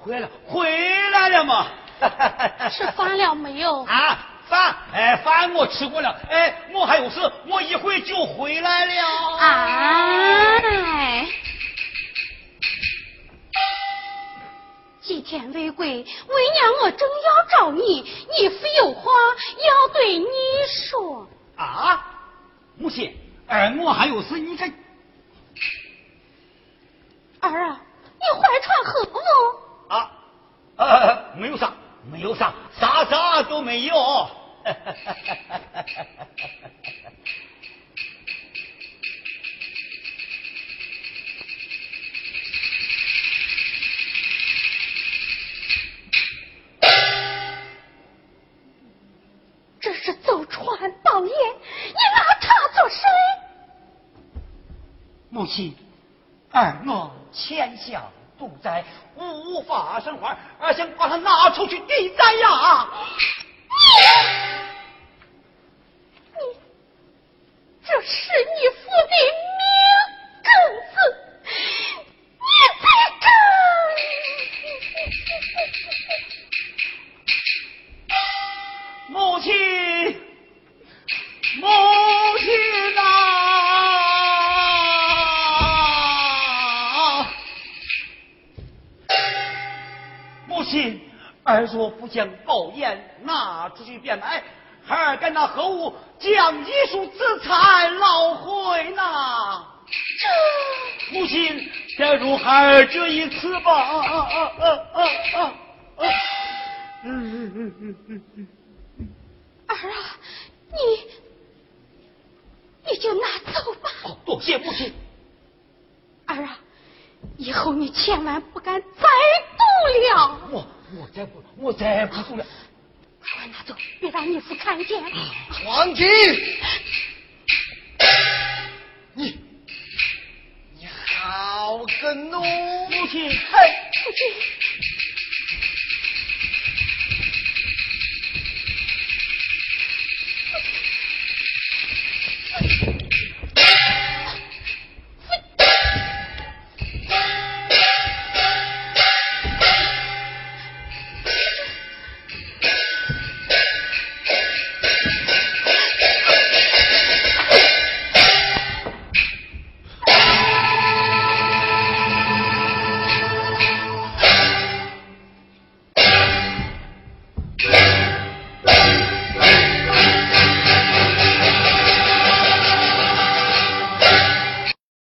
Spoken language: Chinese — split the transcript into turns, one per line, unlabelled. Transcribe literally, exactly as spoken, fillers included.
回来了，回来了嘛。
吃饭了没有？
啊，饭，哎，饭我吃过了，哎，我还有事，我一会就回来了。
哎，几天未归，为娘我正要找你，你非有话要对你说。
啊，母亲，儿我还有事，你看。
儿啊，你怀揣何物？
啊，呃，没有啥，没有啥，啥啥都没有。
这是走船报业，你拿它做谁？
母亲，儿我欠下赌债，无法生还，儿想把它拿出去抵债呀。
你，你，这是你父的命根子，你才干！
母亲，母亲呐、啊！母亲，儿若不将宝眼拿出去变卖，孩儿该拿何物将一束资产捞回呢？
这
母亲，再如孩儿这一次吧。啊啊啊啊啊啊！嗯嗯嗯嗯嗯。
儿啊，你你就拿走吧。
哦，多谢母亲。
儿啊，以后你千万不敢再赌了。
我我再不我再不赌了。
快快拿走，别让你父看见。
皇帝，你你好个奴！
母亲，
哎，父亲。